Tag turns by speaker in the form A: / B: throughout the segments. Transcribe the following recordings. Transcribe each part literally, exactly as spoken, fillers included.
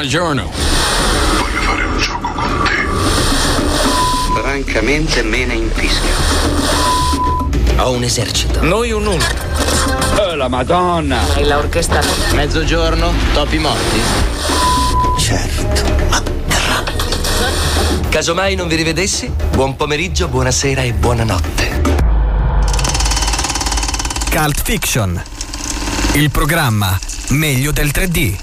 A: Buongiorno.
B: Voglio fare un gioco con te.
C: Francamente me ne infischio. Ho un esercito.
D: Noi un uno.
A: Oh, la Madonna.
E: E l'orchestra.
C: Mezzogiorno, topi morti.
F: Certo, ma
D: Casomai non vi rivedessi, buon pomeriggio, buonasera e buonanotte.
G: Cult Fiction, il programma meglio del tre D.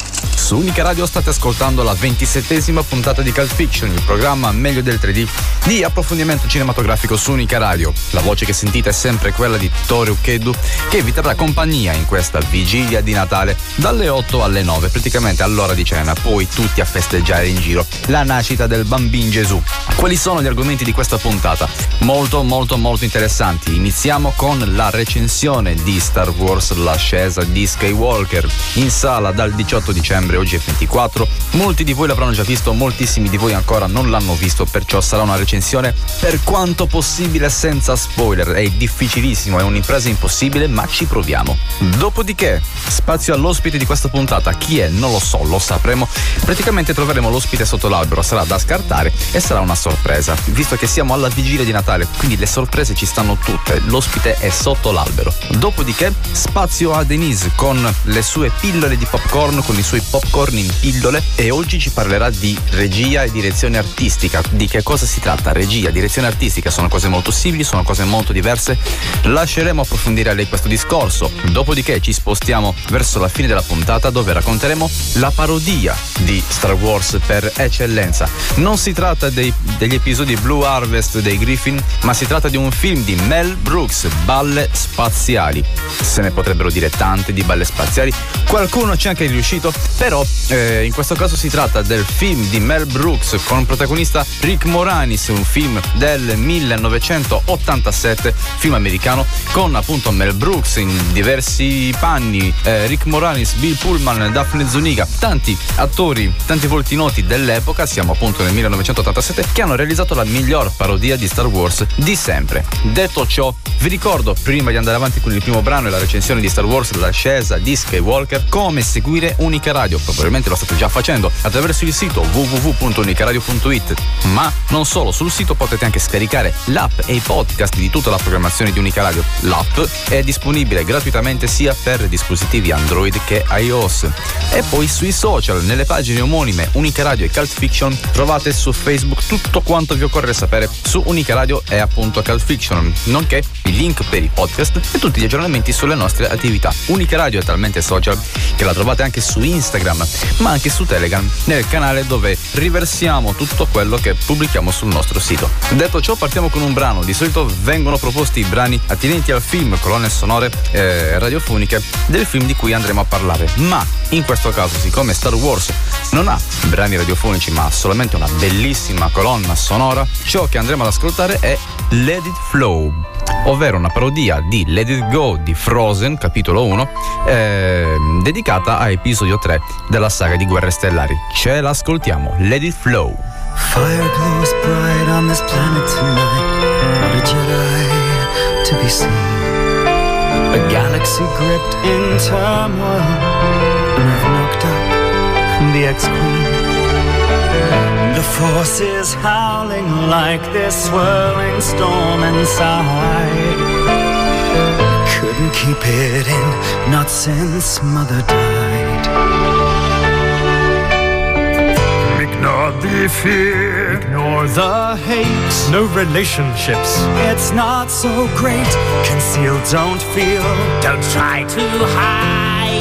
H: Su Unica Radio state ascoltando la ventisettesima puntata di Cult Fiction, il programma meglio del tre D di approfondimento cinematografico su Unica Radio. La voce che sentite è sempre quella di Tore Ucchedu, che vi terrà compagnia in questa vigilia di Natale dalle otto alle nove, praticamente all'ora di cena, poi tutti a festeggiare in giro la nascita del bambin Gesù. Quali sono gli argomenti di questa puntata? Molto molto molto interessanti. Iniziamo con la recensione di Star Wars L'ascesa di Skywalker, in sala dal diciotto dicembre, oggi è ventiquattro. Molti di voi l'avranno già visto, moltissimi di voi ancora non l'hanno visto, perciò sarà una recensione per quanto possibile senza spoiler. È difficilissimo, è un'impresa impossibile, ma ci proviamo. Dopodiché, spazio all'ospite di questa puntata. Chi è? Non lo so, lo sapremo. Praticamente troveremo l'ospite sotto l'albero, sarà da scartare e sarà una sorpresa, visto che siamo alla vigilia di Natale, quindi le sorprese ci stanno tutte. L'ospite è sotto l'albero. Dopodiché, spazio a Denise con le sue pillole di popcorn, con i suoi popcorn in pillole, e oggi ci parlerà di regia e direzione artistica. Di che cosa si tratta? Regia, direzione artistica sono cose molto simili, sono cose molto diverse. Lasceremo approfondire a lei questo discorso. Dopodiché ci spostiamo verso la fine della puntata, dove racconteremo la parodia di Star Wars per eccellenza. Non si tratta dei, degli episodi Blue Harvest dei Griffin, ma si tratta di un film di Mel Brooks, Balle spaziali. Se ne potrebbero dire tante di balle spaziali, qualcuno c'è anche riuscito, però eh, in questo caso si tratta del film di Mel Brooks con protagonista Rick Moranis, un film del millenovecentottantasette, film americano, con appunto Mel Brooks in diversi panni, eh, Rick Moranis, Bill Pullman, Daphne Zuniga, tanti attori, tanti volti noti dell'epoca, siamo appunto nel millenovecentottantasette, che hanno realizzato la miglior parodia di Star Wars di sempre. Detto ciò, vi ricordo, prima di andare avanti con il primo brano e la recensione di Star Wars L'ascesa di Skywalker, come seguire Unica Radio. Probabilmente lo state già facendo attraverso il sito w w w punto unicaradio punto i t, ma non solo. Sul sito potete anche scaricare l'app e i podcast di tutta la programmazione di Unica Radio. L'app è disponibile gratuitamente sia per dispositivi Android che iOS. E poi sui social, nelle pagine omonime Unica Radio e Cult Fiction, trovate su Facebook tutto quanto vi occorre sapere su Unica Radio e appunto Cult Fiction, nonché i link per i podcast e tutti gli aggiornamenti sulle nostre attività. Unica Radio è talmente social che la trovate anche su Instagram, ma anche su Telegram, nel canale dove riversiamo tutto quello che pubblichiamo sul nostro sito. Detto ciò, partiamo con un brano. Di solito vengono proposti i brani attinenti al film, colonne sonore eh, radiofoniche del film di cui andremo a parlare, ma in questo caso, siccome Star Wars non ha brani radiofonici ma solamente una bellissima colonna sonora, ciò che andremo ad ascoltare è Let It Flow, ovvero una parodia di Let It Go di Frozen, capitolo uno, eh, dedicata a episodio tre della saga di Guerre Stellari. Ce l'ascoltiamo, Let It Flow.
I: Fire glows bright on this planet tonight, not a Jedi to be seen. A galaxy gripped in turmoil, and I've knocked up the ex-queen. The force is howling like this swirling storm inside. Couldn't keep it in, not since Mother died. Ignore the fear, ignore the hate, no relationships, it's not so great. Conceal, don't feel, don't try to hide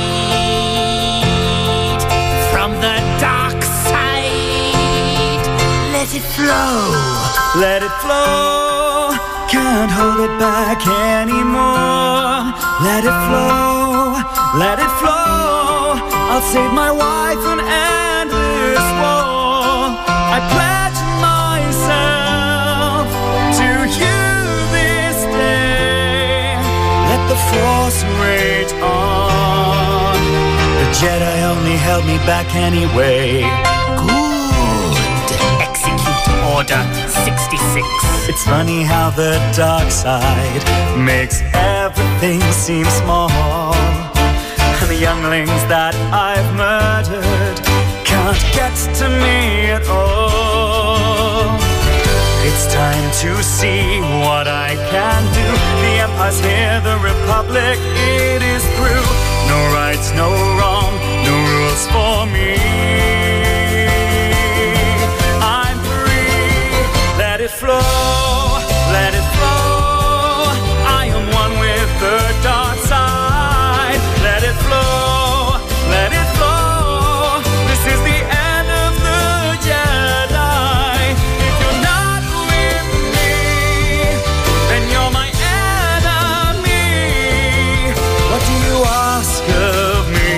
I: from the dark side. Let it flow, let it flow, can't hold it back anymore. Let it flow, let it flow, I'll save my wife and end this war. I pledge myself to you this day. Let the force rage on. The Jedi only held me back anyway. Good. Execute Order sixty-six. It's funny how the dark side makes everything seem small. And the younglings that I've murdered cannot get to me at all. It's time to see what I can do. The Empire's here, the Republic, it is through. No rights, no wrong, no rules for me. I'm free, let it flow, let it flow. I am one with the dark side. Let it flow, let it flow. This is the end of the Jedi. If you're not with me, then you're my enemy. What do you ask of me?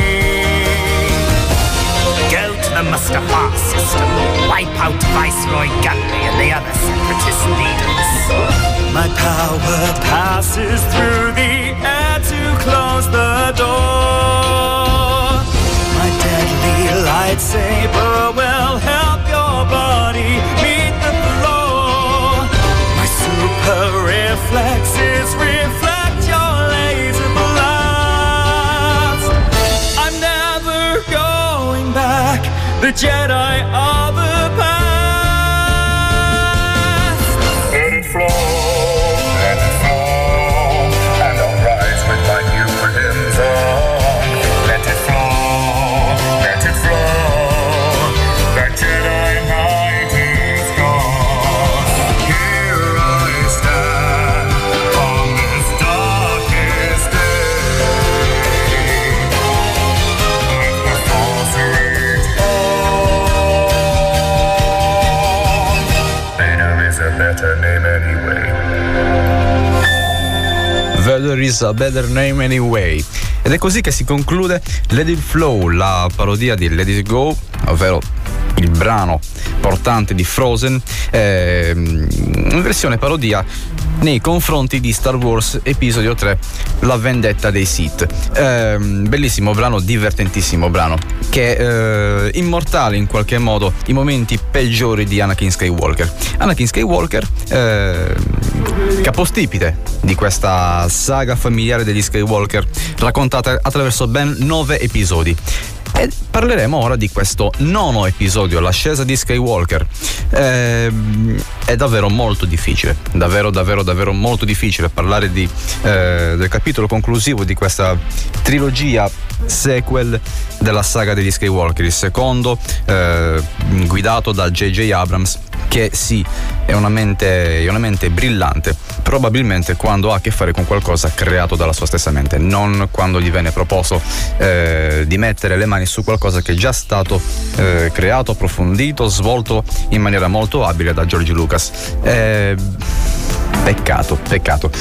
I: Go to the Mustafar system. Wipe out Viceroy Gunley and the other separatist leaders. My power passes through the air to close the door. My deadly lightsaber will help your body meet the floor. My super reflexes reflect your laser blast. I'm never going back. The Jedi are the past.
B: Let it flow, let it flow, and I'll rise with my new hymn song. Let it flow, let it flow, the Jedi Knight is gone. Here I stand on this darkest day. Let the Force rage on. Vader is a better name anyway.
H: Vader is a better name anyway. Ed è così che si conclude Let It Flow, la parodia di Let It Go, ovvero il brano portante di Frozen, eh, in versione parodia nei confronti di Star Wars Episodio tre, La vendetta dei Sith. Eh, bellissimo brano, divertentissimo brano, che eh, immortale in qualche modo i momenti peggiori di Anakin Skywalker. Anakin Skywalker, eh, capostipite di questa saga familiare degli Skywalker, raccontata attraverso ben nove episodi. E parleremo ora di questo nono episodio, l'ascesa di Skywalker. Eh, è davvero molto difficile, davvero davvero davvero molto difficile parlare di, eh, del capitolo conclusivo di questa trilogia sequel della saga degli Skywalker, il secondo, eh, guidato da J J Abrams, che sì, è una mente, è una mente brillante, probabilmente quando ha a che fare con qualcosa creato dalla sua stessa mente, non quando gli venne proposto eh, di mettere le mani su qualcosa che è già stato eh, creato, approfondito, svolto in maniera molto abile da George Lucas. Eh, Peccato, peccato,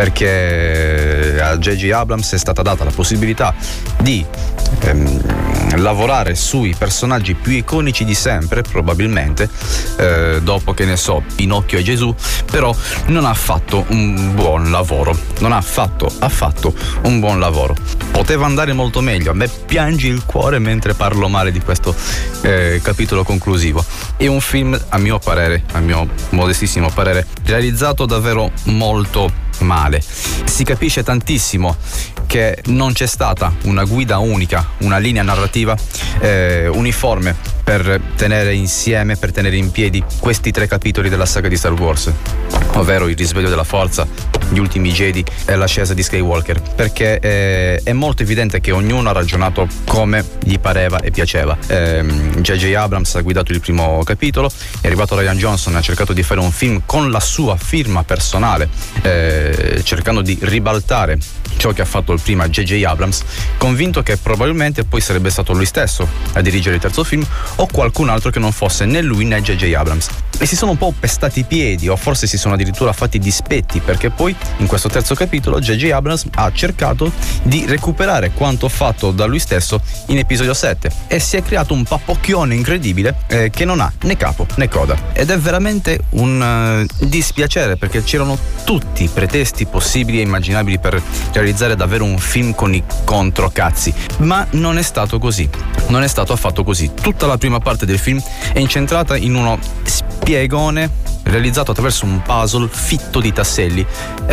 H: perché a J J Abrams è stata data la possibilità di ehm, lavorare sui personaggi più iconici di sempre, probabilmente, eh, dopo, che ne so, Pinocchio e Gesù, però non ha fatto un buon lavoro, non ha fatto affatto un buon lavoro. Poteva andare molto meglio, a me piange il cuore mentre parlo male di questo eh, capitolo conclusivo. È un film, a mio parere, a mio modestissimo parere, realizzato davvero molto male. Si capisce tantissimo che non c'è stata una guida unica, una linea narrativa eh, uniforme per tenere insieme, per tenere in piedi questi tre capitoli della saga di Star Wars, ovvero il risveglio della forza, gli ultimi Jedi e l'ascesa di Skywalker, perché eh, è molto evidente che ognuno ha ragionato come gli pareva e piaceva. eh, J J Abrams ha guidato il primo capitolo, è arrivato Rian Johnson e ha cercato di fare un film con la sua firma personale, eh, cercando di ribaltare ciò che ha fatto il prima J J Abrams, convinto che probabilmente poi sarebbe stato lui stesso a dirigere il terzo film, o qualcun altro che non fosse né lui né J J Abrams. E si sono un po' pestati i piedi, o forse si sono addirittura fatti dispetti, perché poi in questo terzo capitolo J J Abrams ha cercato di recuperare quanto fatto da lui stesso in episodio sette, e si è creato un pappocchione incredibile eh, che non ha né capo né coda, ed è veramente un uh, dispiacere, perché c'erano tutti i pretesti possibili e immaginabili per realizzare davvero un film con i controcazzi, ma non è stato così, non è stato affatto così. Tutta la prima parte del film è incentrata in uno spiegone realizzato attraverso un puzzle fitto di tasselli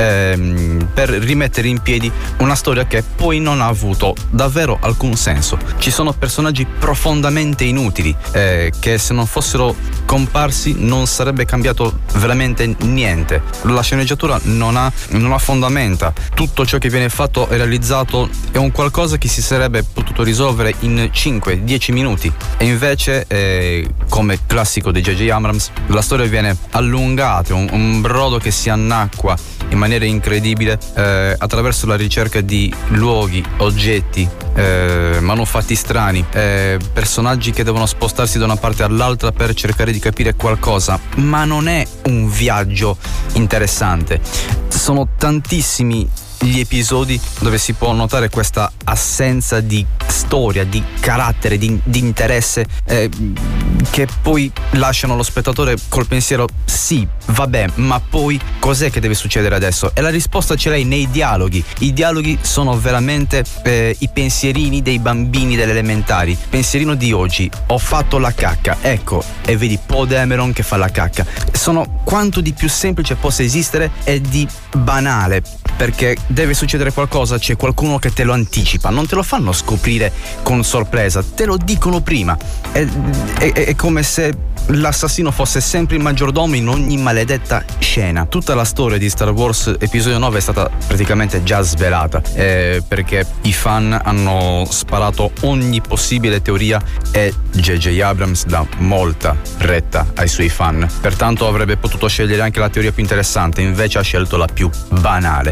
H: ehm, per rimettere in piedi una storia che poi non ha avuto davvero alcun senso. Ci sono personaggi profondamente inutili eh, che se non fossero comparsi non sarebbe cambiato veramente niente. La sceneggiatura non ha, non ha fondamenta. Tutto ciò che viene fatto e realizzato è un qualcosa che si sarebbe potuto risolvere in cinque dieci minuti e invece eh, come classico di J J Abrams la storia viene allungata, un, un brodo che si annacqua in maniera incredibile eh, attraverso la ricerca di luoghi, oggetti, eh, manufatti strani, eh, personaggi che devono spostarsi da una parte all'altra per cercare di capire qualcosa, ma non è un viaggio interessante. Sono tantissimi gli episodi dove si può notare questa assenza di storia, di carattere, di, di interesse eh, che poi lasciano lo spettatore col pensiero sì, vabbè, ma poi cos'è che deve succedere adesso? E la risposta ce l'hai nei dialoghi. I dialoghi sono veramente eh, i pensierini dei bambini delle elementari. Pensierino di oggi: ho fatto la cacca, ecco, e vedi Poe Dameron che fa la cacca. Sono quanto di più semplice possa esistere e di banale, perché deve succedere qualcosa, c'è qualcuno che te lo anticipa, non te lo fanno scoprire con sorpresa, te lo dicono prima. È, è, è come se l'assassino fosse sempre il maggiordomo in ogni maledetta scena. Tutta la storia di Star Wars episodio nove è stata praticamente già svelata eh, perché i fan hanno sparato ogni possibile teoria e J J Abrams dà molta retta ai suoi fan, pertanto avrebbe potuto scegliere anche la teoria più interessante, invece ha scelto la più banale,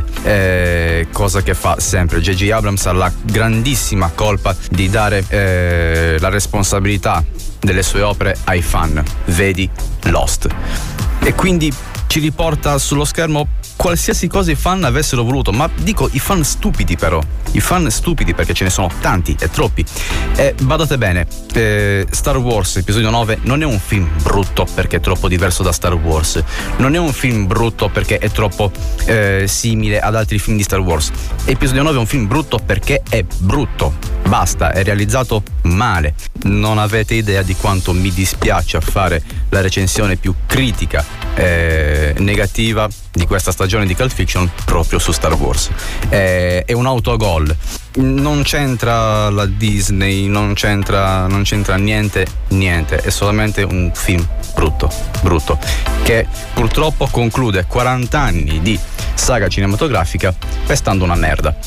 H: eh, cosa che fa sempre. J J Abrams ha la grandissima colpa di dare eh, la responsabilità delle sue opere ai fan, vedi Lost, e quindi ci riporta sullo schermo qualsiasi cosa i fan avessero voluto, ma dico i fan stupidi, però i fan stupidi, perché ce ne sono tanti e troppi. E badate bene, eh, Star Wars episodio nove non è un film brutto perché è troppo diverso da Star Wars, non è un film brutto perché è troppo eh, simile ad altri film di Star Wars. Episodio nove è un film brutto perché è brutto, basta, è realizzato male. Non avete idea di quanto mi dispiace fare la recensione più critica eh, negativa di questa stagione di Cult Fiction proprio su Star Wars. Eh, è un autogol, non c'entra la Disney, non c'entra, non c'entra niente, niente, è solamente un film brutto, brutto, che purtroppo conclude quaranta anni di saga cinematografica pestando una merda.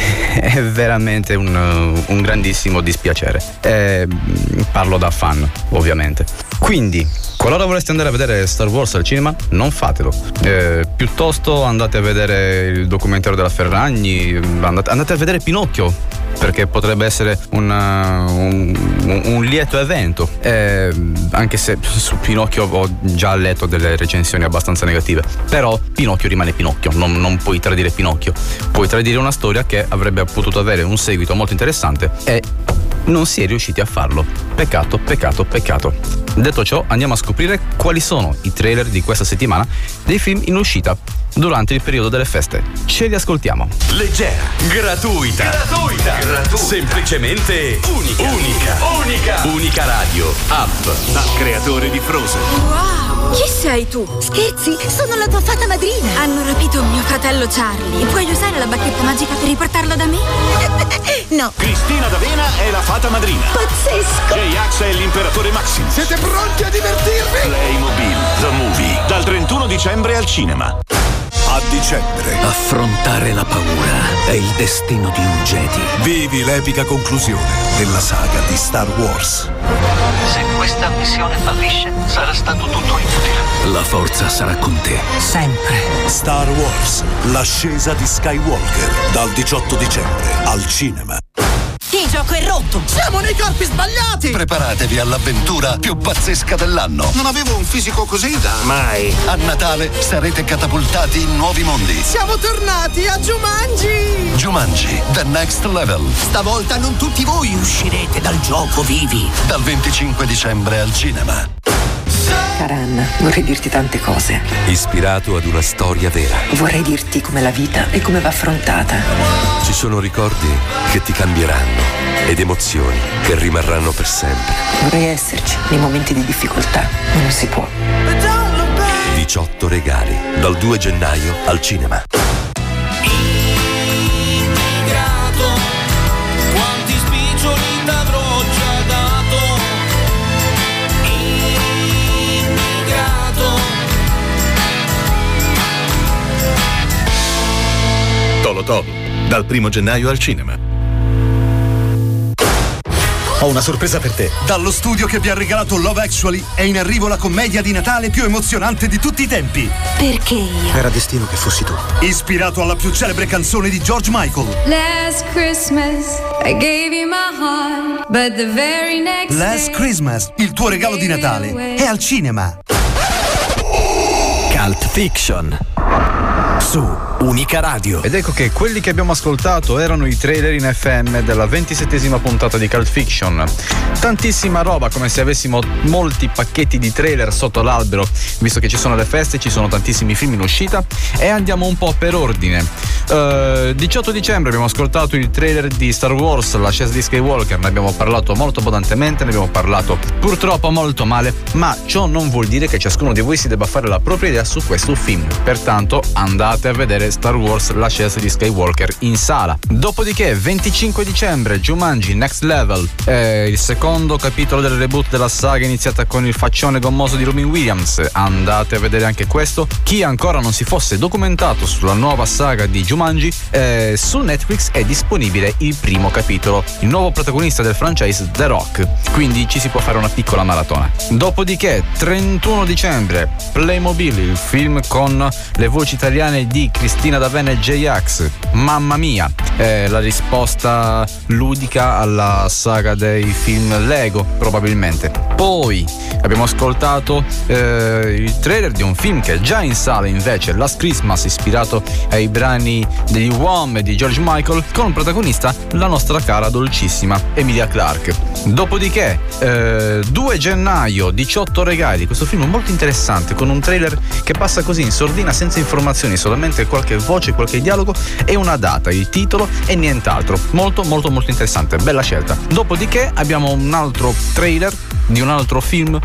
H: È veramente un, un grandissimo dispiacere. Eh, parlo da fan, ovviamente. Quindi, qualora vorreste andare a vedere Star Wars al cinema, non fatelo. Eh, piuttosto andate a vedere il documentario della Ferragni, andate, andate a vedere Pinocchio, perché potrebbe essere una, un, un, un lieto evento. Eh, anche se su Pinocchio ho già letto delle recensioni abbastanza negative, però Pinocchio rimane Pinocchio, non, non puoi tradire Pinocchio. Puoi tradire una storia che avrebbe potuto avere un seguito molto interessante e non si è riusciti a farlo. Peccato, peccato, peccato. Detto ciò, andiamo a scoprire quali sono i trailer di questa settimana dei film in uscita durante il periodo delle feste. Ce li ascoltiamo.
E: Leggera, gratuita, gratuita, gratuita. Semplicemente unica, unica, unica, unica radio, app, da creatore di Frozen.
J: Wow, chi sei tu?
K: Scherzi, sono la tua fata madrina.
J: Hanno rapito mio fratello Charlie. Puoi usare la bacchetta magica per riportarlo da me?
K: No.
E: Cristina D'Avena è la fata madrina.
K: Pazzesco.
E: J-Ax è l'imperatore Maximus.
L: Siete pronti a divertirvi?
E: Playmobil, The Movie, dal trentuno dicembre al cinema.
L: A dicembre.
F: Affrontare la paura è il destino di un Jedi.
L: Vivi l'epica conclusione della saga di Star Wars.
C: Se questa missione fallisce, sarà stato tutto inutile.
F: La forza sarà con te. Sempre.
L: Star Wars, l'ascesa di Skywalker. Dal diciotto dicembre al cinema.
K: Il gioco è rotto!
M: Siamo nei corpi sbagliati!
N: Preparatevi all'avventura più pazzesca dell'anno.
M: Non avevo un fisico così da...
N: Mai! A Natale sarete catapultati in nuovi mondi.
M: Siamo tornati a Jumanji!
N: Jumanji, The Next Level.
M: Stavolta non tutti voi uscirete dal gioco vivi.
N: Dal venticinque dicembre al cinema.
O: Karan, vorrei dirti tante cose.
P: Ispirato ad una storia vera.
O: Vorrei dirti come la vita e come va affrontata.
P: Ci sono ricordi che ti cambieranno ed emozioni che rimarranno per sempre.
O: Vorrei esserci nei momenti di difficoltà, ma non si può.
P: Di diciotto regali, dal due gennaio al cinema.
Q: Immigrato, quanti spiccioli t'avrò già dato. Immigrato.
R: Tolo Tolo, dal primo gennaio al cinema.
S: Ho una sorpresa per te. Dallo studio che vi ha regalato Love Actually è in arrivo la commedia di Natale più emozionante di tutti i tempi.
K: Perché io?
S: Era destino che fossi tu. Ispirato alla più celebre canzone di George Michael.
T: Last Christmas I gave you my heart, but the very next
S: Last Christmas, il tuo regalo di Natale, è al cinema.
G: Cult Fiction su Unica Radio.
H: Ed ecco che quelli che abbiamo ascoltato erano i trailer in F M della ventisettesima puntata di Cult Fiction. Tantissima roba, come se avessimo molti pacchetti di trailer sotto l'albero, visto che ci sono le feste, ci sono tantissimi film in uscita, e andiamo un po' per ordine. Uh, diciotto dicembre abbiamo ascoltato il trailer di Star Wars, l'ascesa di Skywalker, ne abbiamo parlato molto abbondantemente, ne abbiamo parlato purtroppo molto male, ma ciò non vuol dire che ciascuno di voi si debba fare la propria idea su questo film. Pertanto andate a vedere Star Wars, l'ascesa di Skywalker in sala. Dopodiché venticinque dicembre Jumanji Next Level, eh, il secondo capitolo del reboot della saga iniziata con il faccione gommoso di Robin Williams. Andate a vedere anche questo. Chi ancora non si fosse documentato sulla nuova saga di Jumanji, eh, su Netflix è disponibile il primo capitolo, il nuovo protagonista del franchise The Rock, quindi ci si può fare una piccola maratona. Dopodiché trentuno dicembre Playmobil, il film con le voci italiane di Cristina D'Avena e J-Ax. Mamma mia, eh, la risposta ludica alla saga dei film Lego, probabilmente. Poi abbiamo ascoltato eh, il trailer di un film che è già in sala invece, Last Christmas, ispirato ai brani degli Wham e di George Michael, con protagonista la nostra cara dolcissima Emilia Clarke. Dopodiché eh, due gennaio, diciotto regali, questo film molto interessante con un trailer che passa così in sordina, senza informazioni, solamente qualche voce, qualche dialogo e una data, il titolo e nient'altro. Molto molto molto interessante, bella scelta. Dopodiché abbiamo un altro trailer di un altro film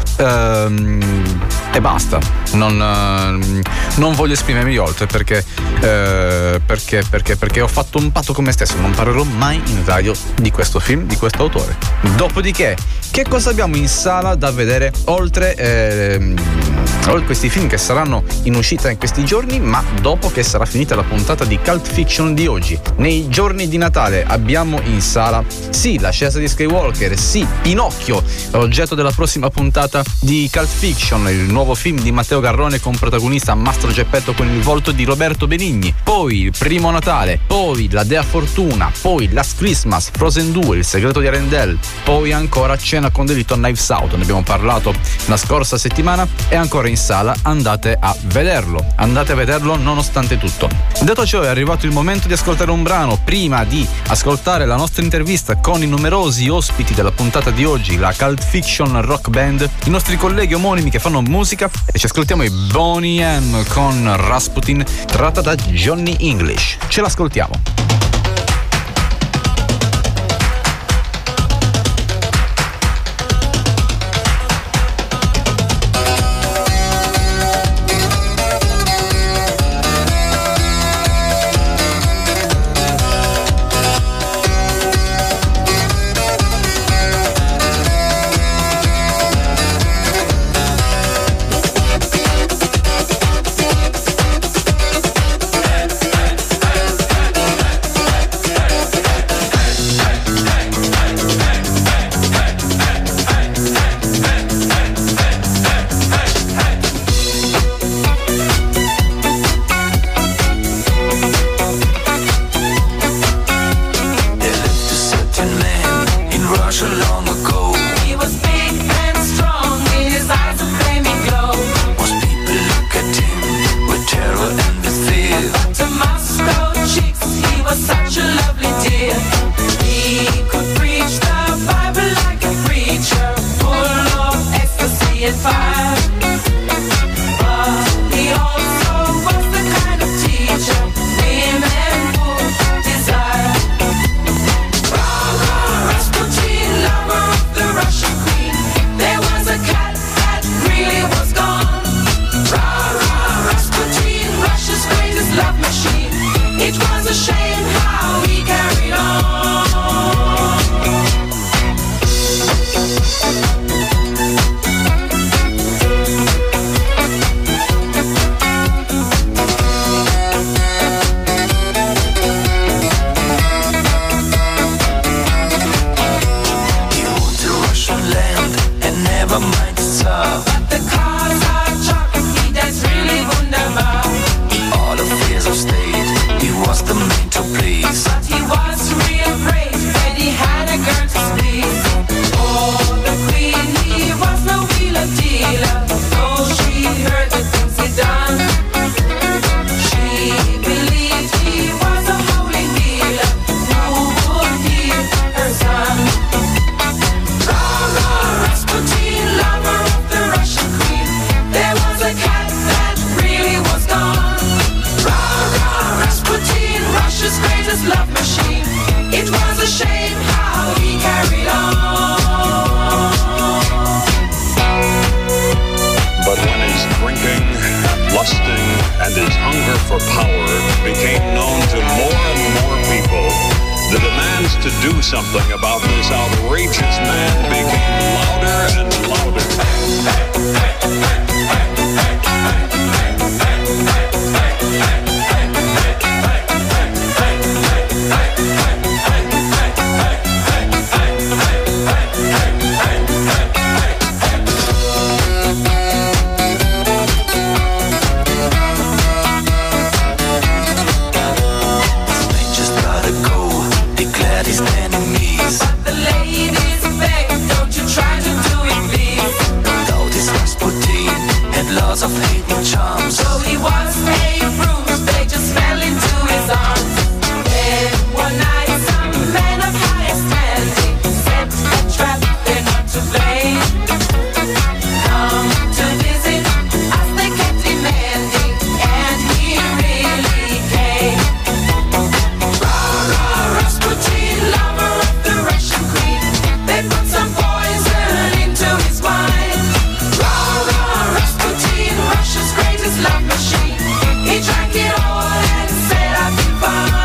H: ehm, e basta. Non, ehm, non voglio esprimermi oltre perché, eh, perché perché perché ho fatto un patto con me stesso, non parlerò mai in radio di questo film, di questo autore. Dopodiché che cosa abbiamo in sala da vedere oltre ehm, questi film che saranno in uscita in questi giorni, ma dopo che sarà finita la puntata di Cult Fiction di oggi? Nei giorni di Natale abbiamo in sala sì l'ascesa di Skywalker, sì Pinocchio, oggetto della prossima puntata di Cult Fiction, il nuovo film di Matteo Garrone con protagonista Mastro Geppetto con il volto di Roberto Benigni, poi il primo Natale, poi la Dea Fortuna, poi Last Christmas, Frozen due, il segreto di Arendelle, poi ancora Cena con delitto a Knives Out, ne abbiamo parlato la scorsa settimana, e ancora in sala, andate a vederlo, andate a vederlo nonostante tutto. Detto ciò, è arrivato il momento di ascoltare un brano prima di ascoltare la nostra intervista con i numerosi ospiti della puntata di oggi, la Cult Fiction Rock Band, i nostri colleghi omonimi che fanno musica, e ci ascoltiamo i Boney M con Rasputin, tratta da Johnny English. Ce l'ascoltiamo.
Q: Rasputin, lover of the Russian queen.
U: my mind to solve. But the cars are chocolate, he dance really wunderbar. All the fears have stayed, he was the man to please. But he was real brave, and he had a girl to please. Oh, the queen, he was no wheeler dealer. Oh, she heard the things he done. She believed he was a holy healer who would heal her son. Rah-rah, Rasputin, lover of the Russian queen. There was a cat that really was gone. Rah-rah, Rasputin, Russia's greatest love machine. It was a shame how he carried on.
V: But when his drinking and lusting and his hunger for power became known to more and more people, the demands to do something about this outrageous man became louder and louder.
U: Of hate and charms. So he was a bruise, they just fell into his arms. Then one night some men of higher standing set a trap, they're not to blame. Come to visit as they kept demanding, and he really came. Rah-rah, Rasputin, lover of the Russian queen. They put some poison into his wine. Rah-rah, Rasputin, Russia's greatest love machine. He drank it all and said I've been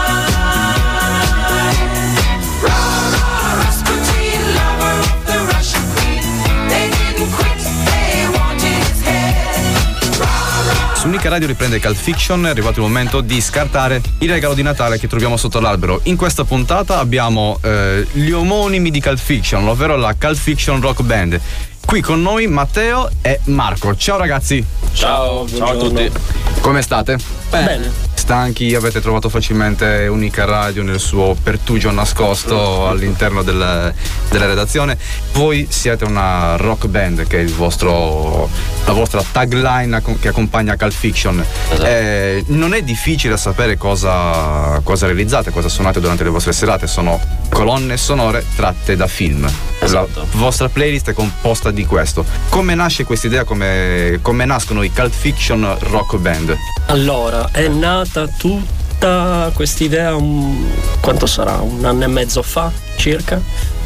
U: fine. Rah-rah, Rasputin, lover of the Russian queen. They didn't quit, they wanted his head. Rah-rah.
H: Su Unica Radio riprende Cult Fiction, è arrivato il momento di scartare il regalo di Natale che troviamo sotto l'albero. In questa puntata abbiamo eh, gli omonimi di Cult Fiction, ovvero la Cult Fiction Rock Band. Qui con noi Matteo e Marco. Ciao ragazzi.
W: Ciao, ciao a tutti.
H: Come state?
W: Bene.
H: Stanchi? Avete trovato facilmente Unica Radio nel suo pertugio nascosto all'interno del, della redazione. Voi siete una rock band, che è il vostro, la vostra tagline che accompagna Cult Fiction.
W: Esatto.
H: Eh, non è difficile sapere cosa, cosa realizzate, cosa suonate durante le vostre serate. Sono colonne sonore tratte da film.
W: Esatto.
H: La vostra playlist è composta di questo. Come nasce questa idea? Come, come nascono i Cult Fiction Rock Band?
W: Allora, è nata tutta quest'idea un, quanto sarà? Un anno e mezzo fa circa.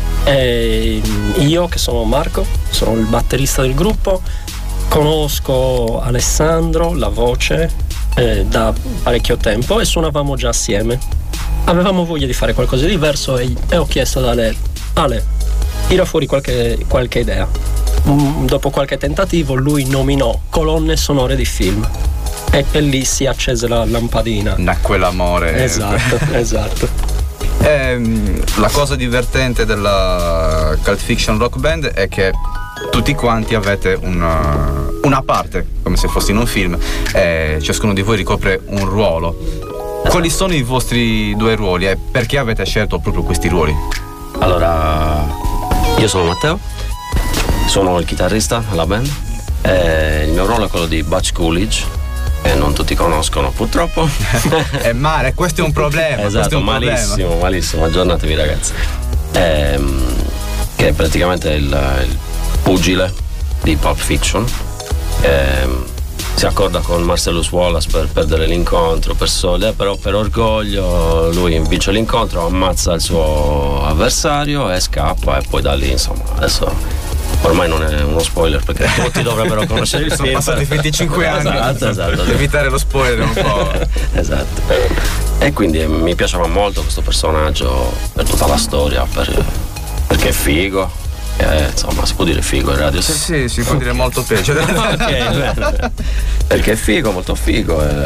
W: E io, che sono Marco, sono il batterista del gruppo, conosco Alessandro, la voce, eh, da parecchio tempo e suonavamo già assieme. Avevamo voglia di fare qualcosa di diverso e, e ho chiesto ad Ale, Ale, tira fuori qualche, qualche idea. Mm, dopo qualche tentativo lui nominò colonne sonore di film e, e lì si accese la lampadina.
H: Nacque l'amore.
W: Esatto, esatto.
H: Ehm, la cosa divertente della Cult Fiction Rock Band è che tutti quanti avete una, una parte, come se fosse in un film, e ciascuno di voi ricopre un ruolo. Quali sono i vostri due ruoli e perché avete scelto proprio questi ruoli?
W: Allora, io sono Matteo, sono il chitarrista della band e il mio ruolo è quello di Butch Coolidge, che non tutti conoscono purtroppo.
H: È male, questo è un problema.
W: Esatto,
H: questo è un
W: malissimo,
H: problema.
W: malissimo, aggiornatevi ragazzi. Ehm, che è praticamente il, il pugile di Pulp Fiction. Ehm, si accorda con Marcellus Wallace per perdere l'incontro per sole, però per orgoglio lui vince l'incontro, ammazza il suo avversario e scappa, e poi da lì insomma adesso ormai non è uno spoiler perché tutti dovrebbero conoscere il
H: Sono
W: film.
H: passati venticinque anni.
W: Esatto, esatto.
H: Per evitare lo spoiler un po'.
W: Esatto. E quindi mi piaceva molto questo personaggio per tutta la storia, per, perché è figo. Eh, insomma, si può dire figo in radio?
H: Sì, sì, si può dire molto peggio.
W: Ok, bene. Perché è figo, molto figo. E,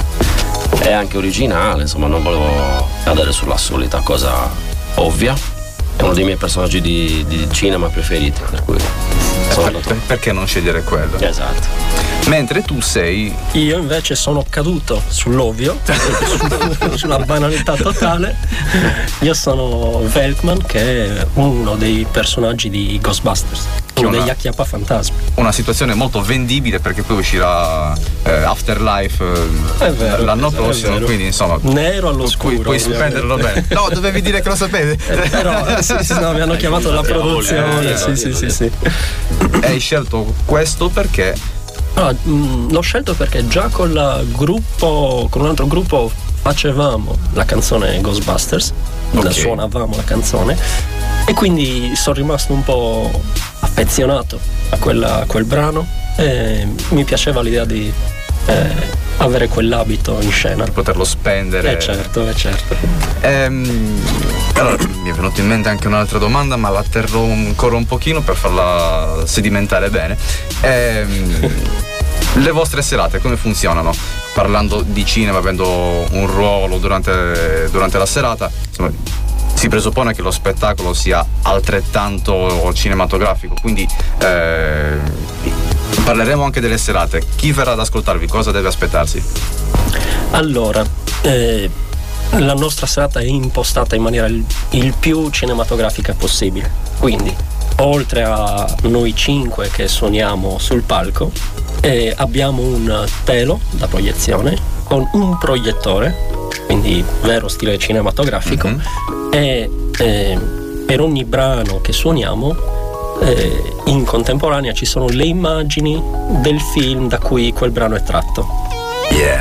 W: è anche originale, insomma, non volevo cadere sulla solita cosa ovvia. È uno dei miei personaggi di, di cinema preferiti, per cui
H: Per, perché non scegliere quello?
W: Esatto.
H: Mentre tu sei...
W: Io invece sono caduto sull'ovvio, sulla banalità totale. Io sono Velkman, che è uno dei personaggi di Ghostbusters, uno
H: una,
W: degli acchiappa fantasmi.
H: Una situazione molto vendibile, perché poi uscirà eh, Afterlife eh,
W: vero,
H: l'anno
W: esatto,
H: prossimo, quindi insomma
W: nero all'oscuro,
H: puoi, puoi spenderlo bene. No, dovevi dire che lo sapevi.
W: Eh, però sì, sì, no, mi hanno chiamato dalla produzione. Sì, sì, sì, sì.
H: Hai scelto questo perché?
W: No, mh, l'ho scelto perché già con la gruppo, con un altro gruppo facevamo la canzone Ghostbusters, okay. La suonavamo la canzone, e quindi sono rimasto un po' affezionato a, quella, a quel brano, e mi piaceva l'idea di eh, avere quell'abito in scena,
H: per poterlo spendere.
W: Eh certo, eh certo.
H: Ehm, allora mi è venuta in mente anche un'altra domanda, ma la terrò ancora un pochino per farla sedimentare bene. Ehm, le vostre serate come funzionano? Parlando di cinema, avendo un ruolo durante, durante la serata, insomma, si presuppone che lo spettacolo sia altrettanto cinematografico, quindi eh, parleremo anche delle serate. Chi verrà ad ascoltarvi? Cosa deve aspettarsi?
W: Allora, eh, la nostra serata è impostata in maniera il, il più cinematografica possibile, quindi oltre a noi cinque che suoniamo sul palco, eh, abbiamo un telo da proiezione con un proiettore, quindi vero stile cinematografico, mm-hmm. e eh, per ogni brano che suoniamo eh, in contemporanea ci sono le immagini del film da cui quel brano è tratto.
H: Yeah.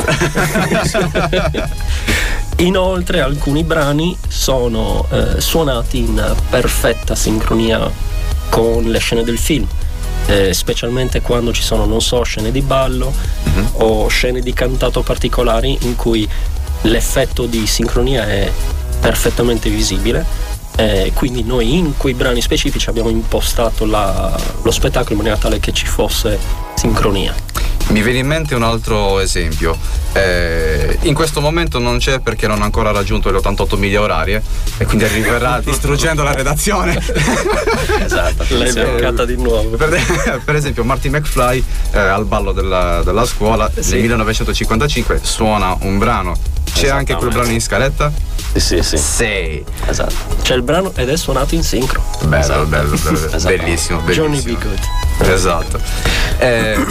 W: Inoltre alcuni brani sono eh, suonati in perfetta sincronia con le scene del film, eh, specialmente quando ci sono, non so, scene di ballo mm-hmm. o scene di cantato particolari in cui l'effetto di sincronia è perfettamente visibile. Eh, quindi noi in quei brani specifici abbiamo impostato la, lo spettacolo in maniera tale che ci fosse sincronia.
H: Mi viene in mente un altro esempio. Eh, in questo momento non c'è perché non ha ancora raggiunto le ottantotto miglia orarie e quindi arriverà distruggendo la redazione.
W: Esatto, l'hai beccata di nuovo.
H: Per, per esempio Marty McFly eh, al ballo della, della scuola sì. nel millenovecentocinquantacinque suona un brano. C'è anche quel brano in scaletta?
W: Sì, sì, sì.
H: Sì.
W: Esatto. C'è il brano ed è suonato in sincro.
H: Bello,
W: esatto.
H: bello, bello. Esatto. Bellissimo, bellissimo.
W: Johnny B. Good.
H: Esatto. Eh,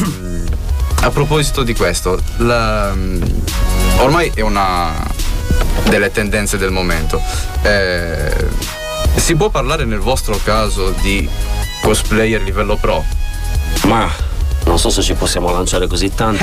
H: a proposito di questo, la, ormai è una delle tendenze del momento. Eh, si può parlare nel vostro caso di cosplayer livello pro?
A: Ma non so se ci possiamo lanciare così tanto,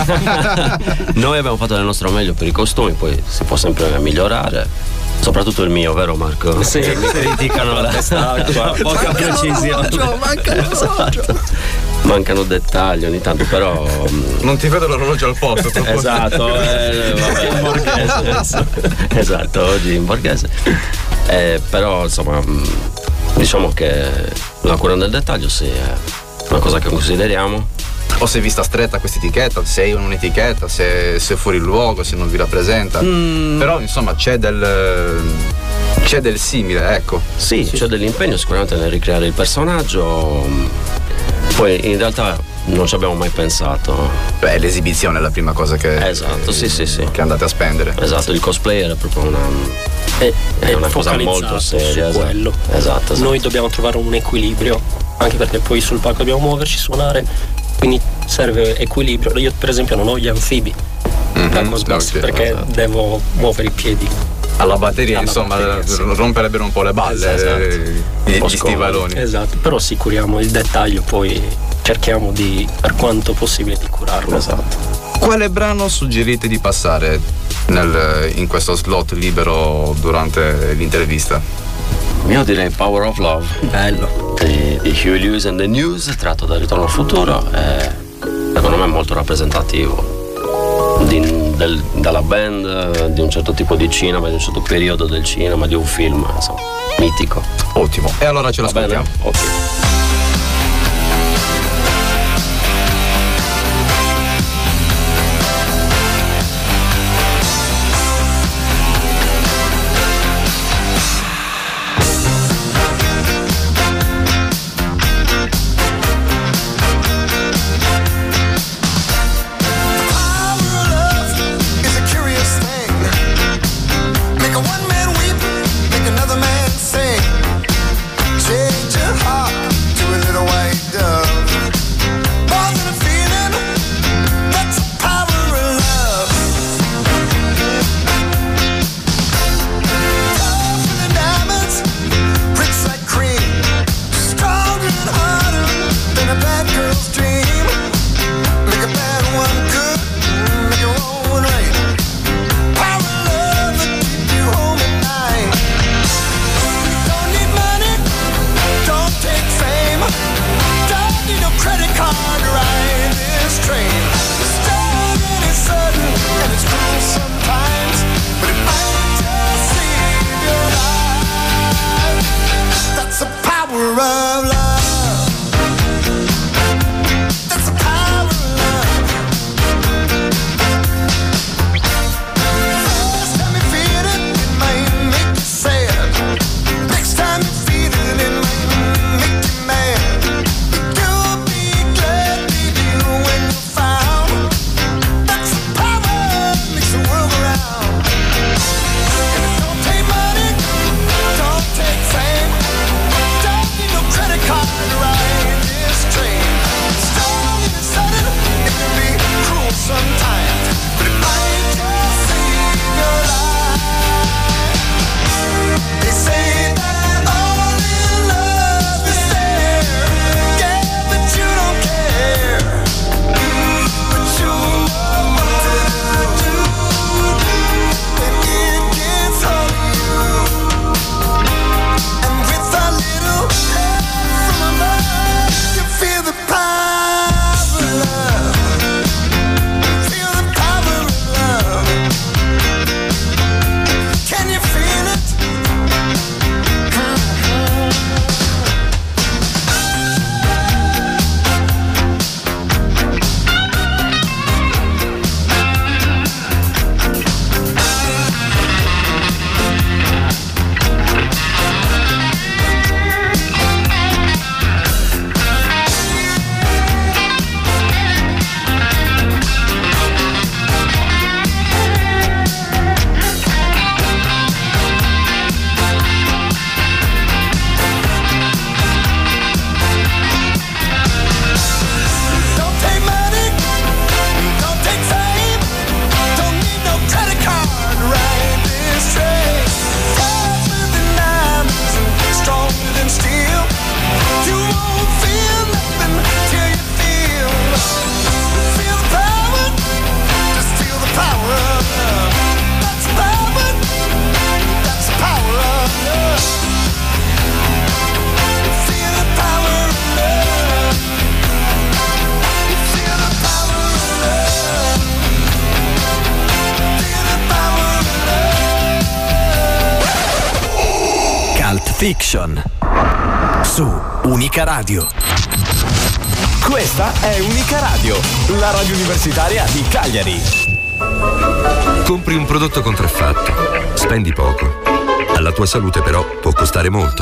A: ma noi abbiamo fatto del nostro meglio per i costumi, poi si può sempre migliorare. Soprattutto il mio, vero Marco?
W: Sì,
A: mi criticano la testacqua, poca precisione.
W: Manca
A: esatto. Mancano dettagli ogni tanto, però.
H: Non ti vedo l'orologio al posto.
A: Esatto, eh, vabbè. In borghese. Esatto, oggi in borghese. Eh, però insomma, diciamo che la cura del dettaglio sì, è una cosa che consideriamo.
H: O se è vista stretta questa etichetta, se è un'etichetta, se, se è fuori luogo, se non vi rappresenta. Mm. Però insomma c'è del c'è del simile, ecco.
A: Sì, sì, c'è dell'impegno sicuramente nel ricreare il personaggio. Poi in realtà non ci abbiamo mai pensato.
H: Beh, l'esibizione è la prima cosa che
A: Esatto, sì, sì, sì.
H: che andate a spendere.
A: Esatto, il cosplayer è proprio una
W: è,
A: è una cosa molto seria
W: su quello.
A: Esatto, esatto.
W: Noi dobbiamo trovare un equilibrio, anche perché poi sul palco dobbiamo muoverci, suonare, quindi serve equilibrio. Io per esempio non ho gli anfibi mm-hmm, da Ghostbusters perché esatto. devo muovere i piedi.
H: Alla batteria,
W: Alla
H: insomma,
W: batteria, sì.
H: romperebbero un po' le balle,
W: esatto.
H: eh, gli, gli stivaloni.
W: Esatto, però sì, curiamo il dettaglio, poi cerchiamo di, per quanto possibile, di curarlo.
H: Esatto. Quale brano suggerite di passare nel, in questo slot libero durante l'intervista?
A: Io direi Power of Love.
W: Bello.
A: Di, di Huey Lewis and the News, tratto da Ritorno al futuro, è, secondo me è molto rappresentativo di, del, dalla band, di un certo tipo di cinema, di un certo periodo del cinema, di un film, insomma, mitico.
H: Ottimo. E allora ce l'ascoltiamo.
A: Ok.
G: Fiction su Unica Radio.
B: Questa è Unica Radio, la radio universitaria di Cagliari.
P: Compri un prodotto contraffatto, spendi poco. Alla tua salute però può costare molto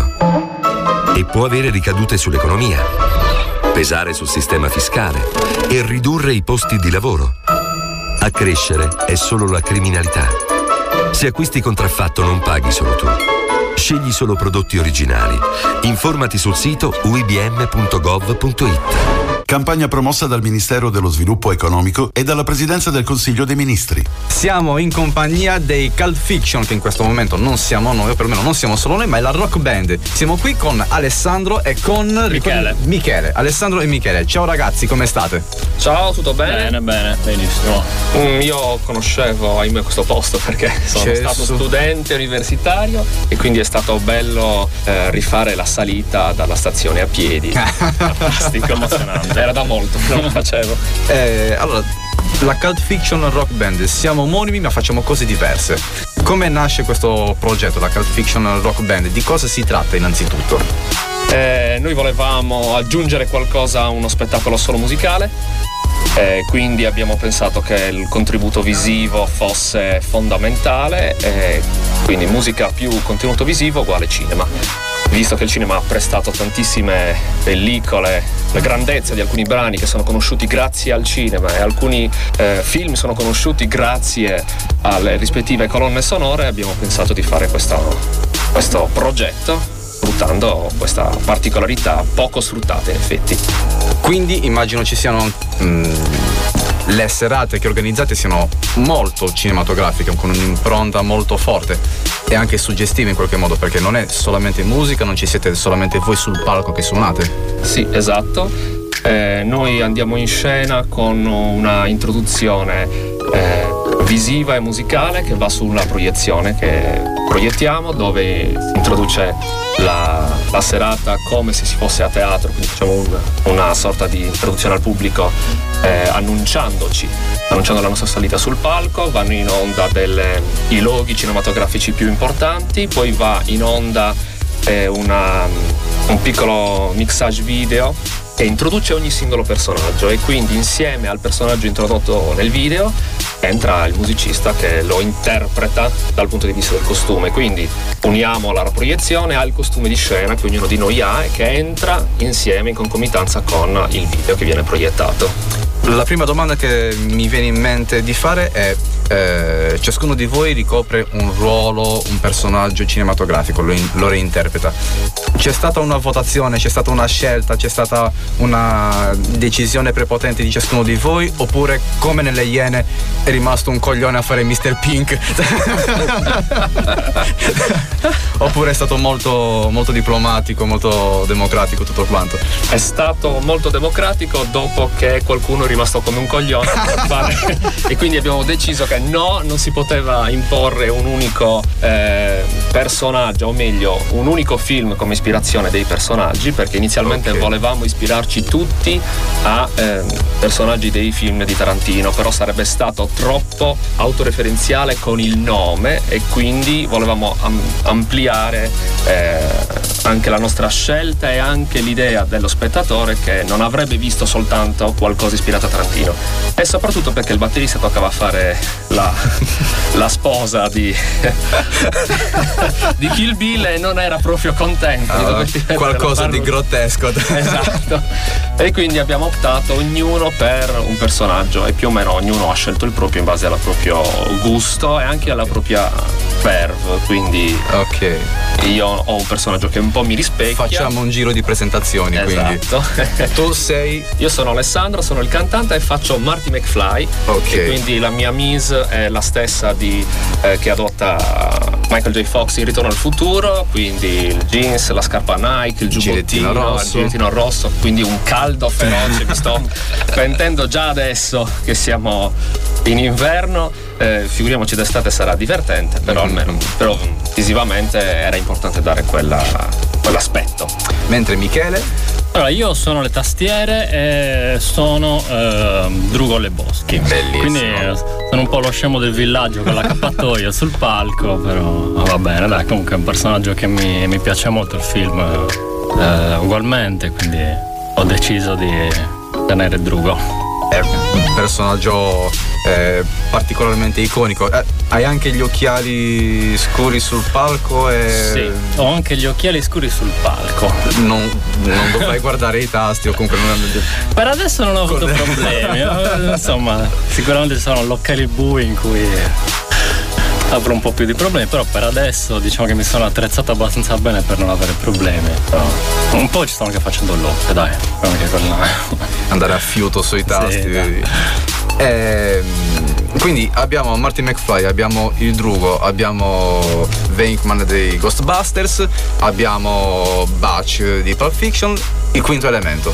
P: e può avere ricadute sull'economia, pesare sul sistema fiscale e ridurre i posti di lavoro. A crescere è solo la criminalità. Se acquisti contraffatto non paghi solo tu. Scegli solo prodotti originali. Informati sul sito u i b m punto gov punto it.
L: Campagna promossa dal Ministero dello Sviluppo Economico e dalla Presidenza del Consiglio dei Ministri.
H: Siamo in compagnia dei Cult Fiction, che in questo momento non siamo noi, o perlomeno non siamo solo noi, ma è la rock band. Siamo qui con Alessandro e con
W: Michele.
H: Michele. Alessandro e Michele. Ciao ragazzi, come state?
W: Ciao, tutto bene? Bene, bene, benissimo. Mm, io conoscevo, ahimè, questo posto perché sono
H: C'è
W: stato
H: su...
W: studente universitario e quindi è stato bello eh, rifare la salita dalla stazione a piedi. Fantastico, emozionante. Era da molto che non lo facevo.
H: Eh, allora, la Cult Fiction Rock Band, siamo omonimi ma facciamo cose diverse. Come nasce questo progetto, la Cult Fiction Rock Band? Di cosa si tratta innanzitutto?
W: Eh, noi volevamo aggiungere qualcosa a uno spettacolo solo musicale, eh, quindi abbiamo pensato che il contributo visivo fosse fondamentale, eh, quindi musica più contenuto visivo uguale cinema. Visto che il cinema ha prestato tantissime pellicole, le grandezze di alcuni brani che sono conosciuti grazie al cinema e alcuni eh, film sono conosciuti grazie alle rispettive colonne sonore, abbiamo pensato di fare questo, questo progetto sfruttando questa particolarità poco sfruttata in effetti.
H: Quindi immagino ci siano mh, le serate che organizzate siano molto cinematografiche, con un'impronta molto forte e anche suggestive in qualche modo, perché non è solamente musica, non ci siete solamente voi sul palco che suonate.
W: Sì, esatto. Eh, noi andiamo in scena con una introduzione eh, visiva e musicale che va sulla proiezione che proiettiamo, dove si introduce la, la serata come se si fosse a teatro, quindi facciamo un, una sorta di introduzione al pubblico eh, annunciandoci, annunciando la nostra salita sul palco. Vanno in onda delle, i loghi cinematografici più importanti, poi va in onda eh, una, un piccolo mixage video che introduce ogni singolo personaggio e quindi insieme al personaggio introdotto nel video entra il musicista che lo interpreta dal punto di vista del costume, quindi uniamo la proiezione al costume di scena che ognuno di noi ha e che entra insieme in concomitanza con il video che viene proiettato.
H: La prima domanda che mi viene in mente di fare è eh, ciascuno di voi ricopre un ruolo, un personaggio cinematografico, lo, in, lo reinterpreta. C'è stata una votazione, c'è stata una scelta, c'è stata una decisione prepotente di ciascuno di voi, oppure come nelle Iene è rimasto un coglione a fare mister Pink? Oppure è stato molto, molto diplomatico, molto democratico tutto quanto?
W: È stato molto democratico dopo che qualcuno è rimasto come un coglione e quindi abbiamo deciso che no, non si poteva imporre un unico eh, personaggio, o meglio un unico film come ispirazione dei personaggi, perché inizialmente okay. volevamo ispirarci tutti a eh, personaggi dei film di Tarantino, però sarebbe stato troppo autoreferenziale con il nome e quindi volevamo am- ampliare eh, anche la nostra scelta e anche l'idea dello spettatore che non avrebbe visto soltanto qualcosa ispirato a Tarantino, e soprattutto perché il batterista toccava fare la, la sposa di di Kill Bill e non era proprio contento
H: ah,
W: di
H: qualcosa di grottesco.
W: Esatto. E quindi abbiamo optato ognuno per un personaggio e più o meno ognuno ha scelto il proprio in base al proprio gusto e anche alla propria verve, quindi
H: ok,
W: io ho un personaggio che un po' mi rispecchia.
H: Facciamo un giro di presentazioni.
W: Esatto.
H: Quindi tu sei?
W: Io sono Alessandro, sono il cantante e faccio Marty McFly.
H: Ok.
W: E quindi la mia mise è la stessa di eh, che adotta Michael J. Fox in Ritorno al futuro, quindi il jeans, la scarpa Nike, il giubbottino rosso, il gilettino rosso, quindi un caldo feroce. Mi sto pentendo già adesso che siamo in inverno, eh, figuriamoci d'estate sarà divertente, però mm-hmm. almeno però visivamente era importante dare quella, quell'aspetto.
H: Mentre Michele?
D: Allora, io suono le tastiere e sono eh, Drugo Leboschi.
H: Bellissimo.
D: Quindi eh, sono un po' lo scemo del villaggio con l'accappatoio sul palco, però va bene, dai, comunque è un personaggio che mi, mi piace molto il film eh, ugualmente, quindi ho deciso di tenere Drugo.
H: È un personaggio eh, particolarmente iconico. Eh, hai anche gli occhiali scuri sul palco e...
D: Sì, ho anche gli occhiali scuri sul palco.
H: Non, non dovrai guardare i tasti o comunque non...
D: Per adesso non ho avuto problemi. Insomma, sicuramente ci saranno locali bui in cui avrò un po' più di problemi, però per adesso diciamo che mi sono attrezzato abbastanza bene per non avere problemi. Però un po' ci sto anche facendo l'occhio, dai, anche quella.
H: Andare a fiuto sui tasti. Sì, e, quindi abbiamo Marty McFly, abbiamo il Drugo, abbiamo Venkman dei Ghostbusters, abbiamo Butch di Pulp Fiction. Il quinto elemento.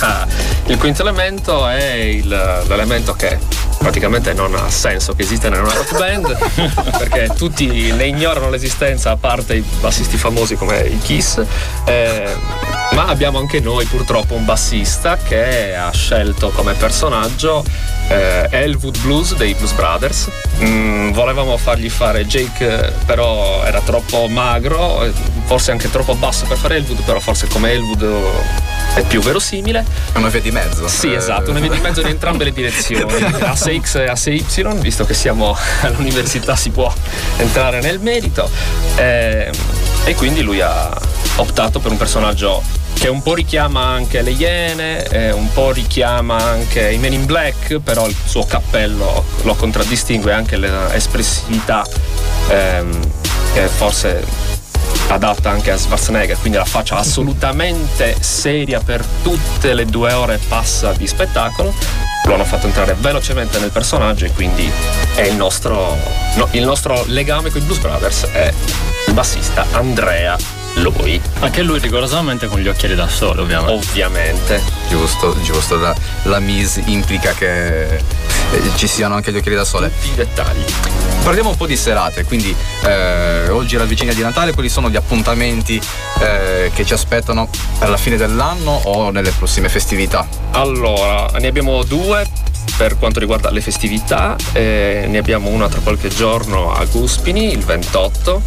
I: Il quinto elemento è il, l'elemento che praticamente non ha senso che esista in una rock band perché tutti ne ignorano l'esistenza a parte i bassisti famosi come i Kiss, eh, ma abbiamo anche noi purtroppo un bassista che ha scelto come personaggio eh, Elwood Blues dei Blues Brothers. Mm, volevamo fargli fare Jake, però era troppo magro, forse anche troppo basso per fare Elwood, però forse come Elwood è più verosimile.
H: È una via di mezzo.
I: Sì, esatto, una via di mezzo in entrambe le direzioni, A sei X e A sei Y, visto che siamo all'università si può entrare nel merito, eh, e quindi lui ha optato per un personaggio che un po' richiama anche le Iene, eh, un po' richiama anche i Men in Black, però il suo cappello lo contraddistingue, anche l'espressività ehm, che forse adatta anche a Schwarzenegger, quindi la faccia assolutamente seria per tutte le due ore e passa di spettacolo. Lo hanno fatto entrare velocemente nel personaggio e quindi è il nostro, no, il nostro legame con i Blues Brothers è il bassista Andrea Lui.
D: Anche lui rigorosamente con gli occhiali da sole, ovviamente.
I: Ovviamente.
H: Giusto, giusto. La, la mise implica che eh, ci siano anche gli occhiali da sole.
I: Tutti i dettagli.
H: Parliamo un po' di serate, quindi eh, oggi è la vigilia di Natale, quali sono gli appuntamenti eh, che ci aspettano per la fine dell'anno o nelle prossime festività?
I: Allora, ne abbiamo due per quanto riguarda le festività, eh, ne abbiamo una tra qualche giorno a Guspini, il ventotto,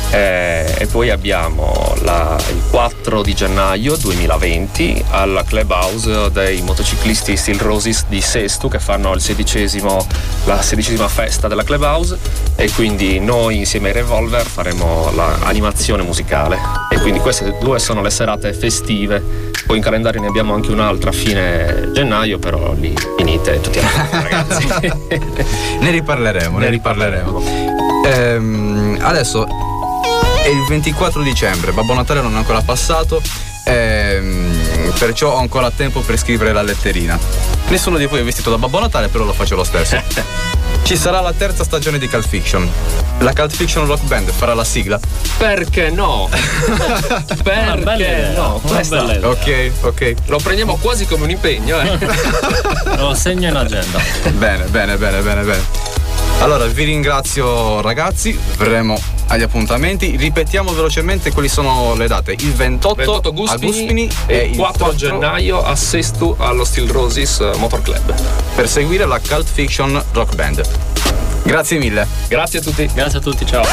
I: eh, e poi abbiamo la, il quattro di gennaio duemilaventi alla Clubhouse dei motociclisti Steel Roses di Sestu, che fanno il sedicesimo, la sedicesima festa della Clubhouse, e quindi noi insieme ai Revolver faremo l'animazione musicale, e quindi queste due sono le serate festive. Poi in calendario ne abbiamo anche un'altra a fine gennaio, però lì finite tutti ragazzi.
H: ne riparleremo, ne, ne riparleremo. riparleremo. Ehm, adesso è il ventiquattro dicembre, Babbo Natale non è ancora passato, ehm, perciò ho ancora tempo per scrivere la letterina. Nessuno di voi è vestito da Babbo Natale, però lo faccio lo stesso. Ci sarà la terza stagione di Cult Fiction. La Cult Fiction Rock Band farà la sigla?
I: Perché no? Perché no?
H: Questa... Ok, ok.
I: Lo prendiamo quasi come un impegno, eh.
D: Lo segno in agenda.
H: Bene, bene, bene, bene, bene. Allora vi ringrazio ragazzi, verremo agli appuntamenti. Ripetiamo velocemente quali sono le date. Il ventotto,
I: ventotto Guspini,
H: a Guspini
I: e
H: e
I: il quattro, quattro gennaio a Sestu allo Steel Roses Motor Club
H: per seguire la Cult Fiction Rock Band. Grazie mille.
I: Grazie a tutti.
D: Grazie a tutti, ciao.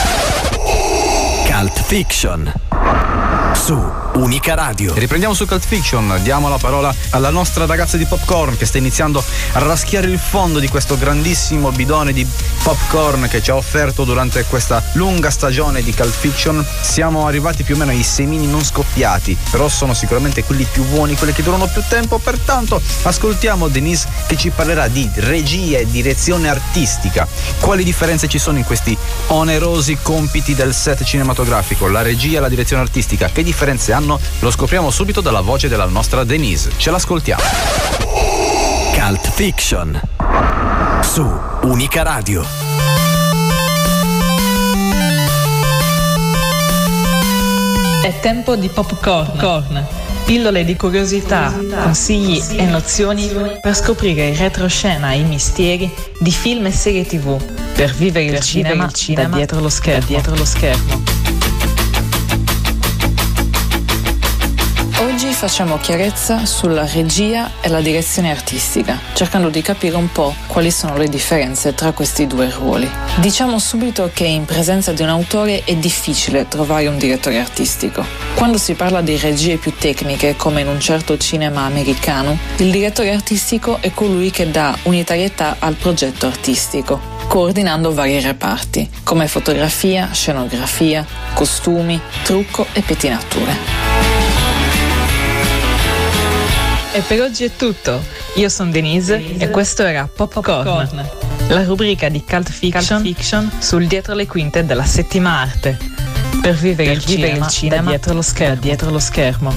B: Cult Fiction su Unica Radio.
H: Riprendiamo su Cult Fiction, diamo la parola alla nostra ragazza di popcorn che sta iniziando a raschiare il fondo di questo grandissimo bidone di popcorn che ci ha offerto durante questa lunga stagione di Cult Fiction. Siamo arrivati più o meno ai semini non scoppiati, però sono sicuramente quelli più buoni, quelli che durano più tempo, pertanto ascoltiamo Denise che ci parlerà di regia e direzione artistica. Quali differenze ci sono in questi onerosi compiti del set cinematografico? La regia e la direzione artistica, che differenze hanno? Lo scopriamo subito dalla voce della nostra Denise. Ce l'ascoltiamo.
B: Cult Fiction su Unica Radio.
J: È tempo di popcorn. Pillole di curiosità, consigli e nozioni per scoprire il retroscena e i misteri di film e serie tivù, per vivere il, per cinema, vivere il cinema da dietro lo schermo. Da dietro lo schermo.
T: Oggi
J: facciamo chiarezza sulla regia e la direzione artistica, cercando di capire un po' quali sono le differenze tra questi due ruoli. Diciamo subito che in presenza di un autore è difficile trovare un direttore artistico. Quando si parla di regie più tecniche, come in un certo cinema americano, il direttore artistico è colui che dà unitarietà al progetto artistico, coordinando vari reparti, come fotografia, scenografia, costumi, trucco e pettinature. E per oggi è tutto. Io sono Denise e questo era Popcorn, la rubrica di Cult Fiction, Cult Fiction sul dietro le quinte della settima arte, per vivere, per il, vivere cinema il cinema da dietro lo schermo. Da dietro lo schermo.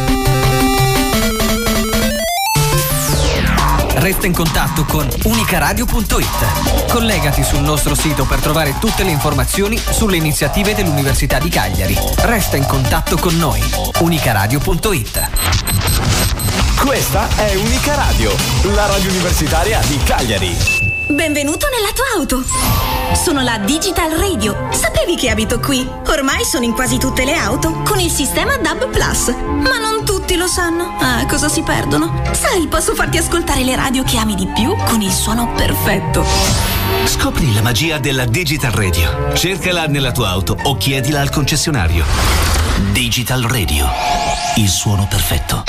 G: Resta in contatto con unicaradio punto it. Collegati sul nostro sito per trovare tutte le informazioni sulle iniziative dell'Università di Cagliari. Resta in contatto con noi. unicaradio punto it.
B: Questa è Unica Radio, la radio universitaria di Cagliari.
K: Benvenuto nella tua auto. Sono la Digital Radio. Sapevi che abito qui? Ormai sono in quasi tutte le auto con il sistema D A B Plus. Ma non tutti lo sanno. Ah, cosa si perdono? Sai, posso farti ascoltare le radio che ami di più con il suono perfetto.
C: Scopri la magia della Digital Radio. Cercala nella tua auto o chiedila al concessionario. Digital Radio. Il suono perfetto.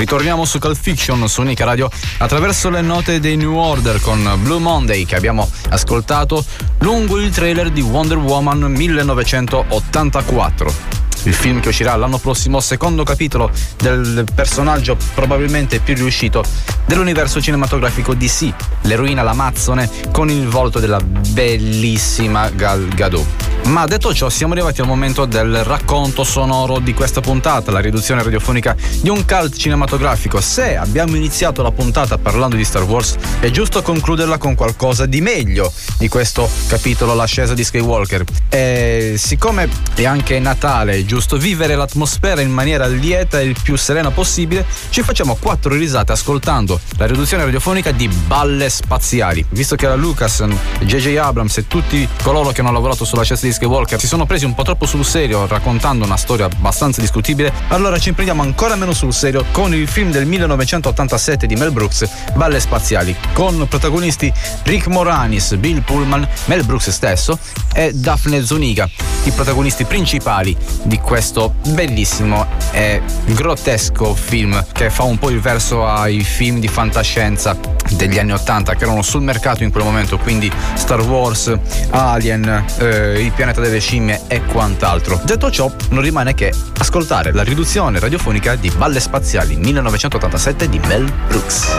H: Ritorniamo su Cult Fiction su Unica Radio attraverso le note dei New Order con Blue Monday, che abbiamo ascoltato lungo il trailer di Wonder Woman millenovecentottantaquattro. Il film che uscirà l'anno prossimo, secondo capitolo del personaggio probabilmente più riuscito dell'universo cinematografico D C, l'eroina l'Amazzone con il volto della bellissima Gal Gadot. Ma detto ciò, siamo arrivati al momento del racconto sonoro di questa puntata, la riduzione radiofonica di un cult cinematografico. Se abbiamo iniziato la puntata parlando di Star Wars, è giusto concluderla con qualcosa di meglio di questo capitolo, l'ascesa di Skywalker. E siccome è anche Natale, è giusto vivere l'atmosfera in maniera lieta e il più serena possibile, ci facciamo quattro risate ascoltando la riduzione radiofonica di Balle Spaziali. Visto che la Lucas, J J Abrams e tutti coloro che hanno lavorato sull'ascesa di Skywalker si sono presi un po' troppo sul serio raccontando una storia abbastanza discutibile, allora ci imprendiamo ancora meno sul serio con il film del millenovecentottantasette di Mel Brooks, Balle Spaziali, con protagonisti Rick Moranis, Bill Pullman, Mel Brooks stesso e Daphne Zuniga, i protagonisti principali di questo bellissimo e grottesco film che fa un po' il verso ai film di fantascienza degli anni ottanta che erano sul mercato in quel momento, quindi Star Wars, Alien, eh, il pianeta delle scimmie e quant'altro. Detto ciò, non rimane che ascoltare la riduzione radiofonica di Balle Spaziali millenovecentottantasette di Mel Brooks.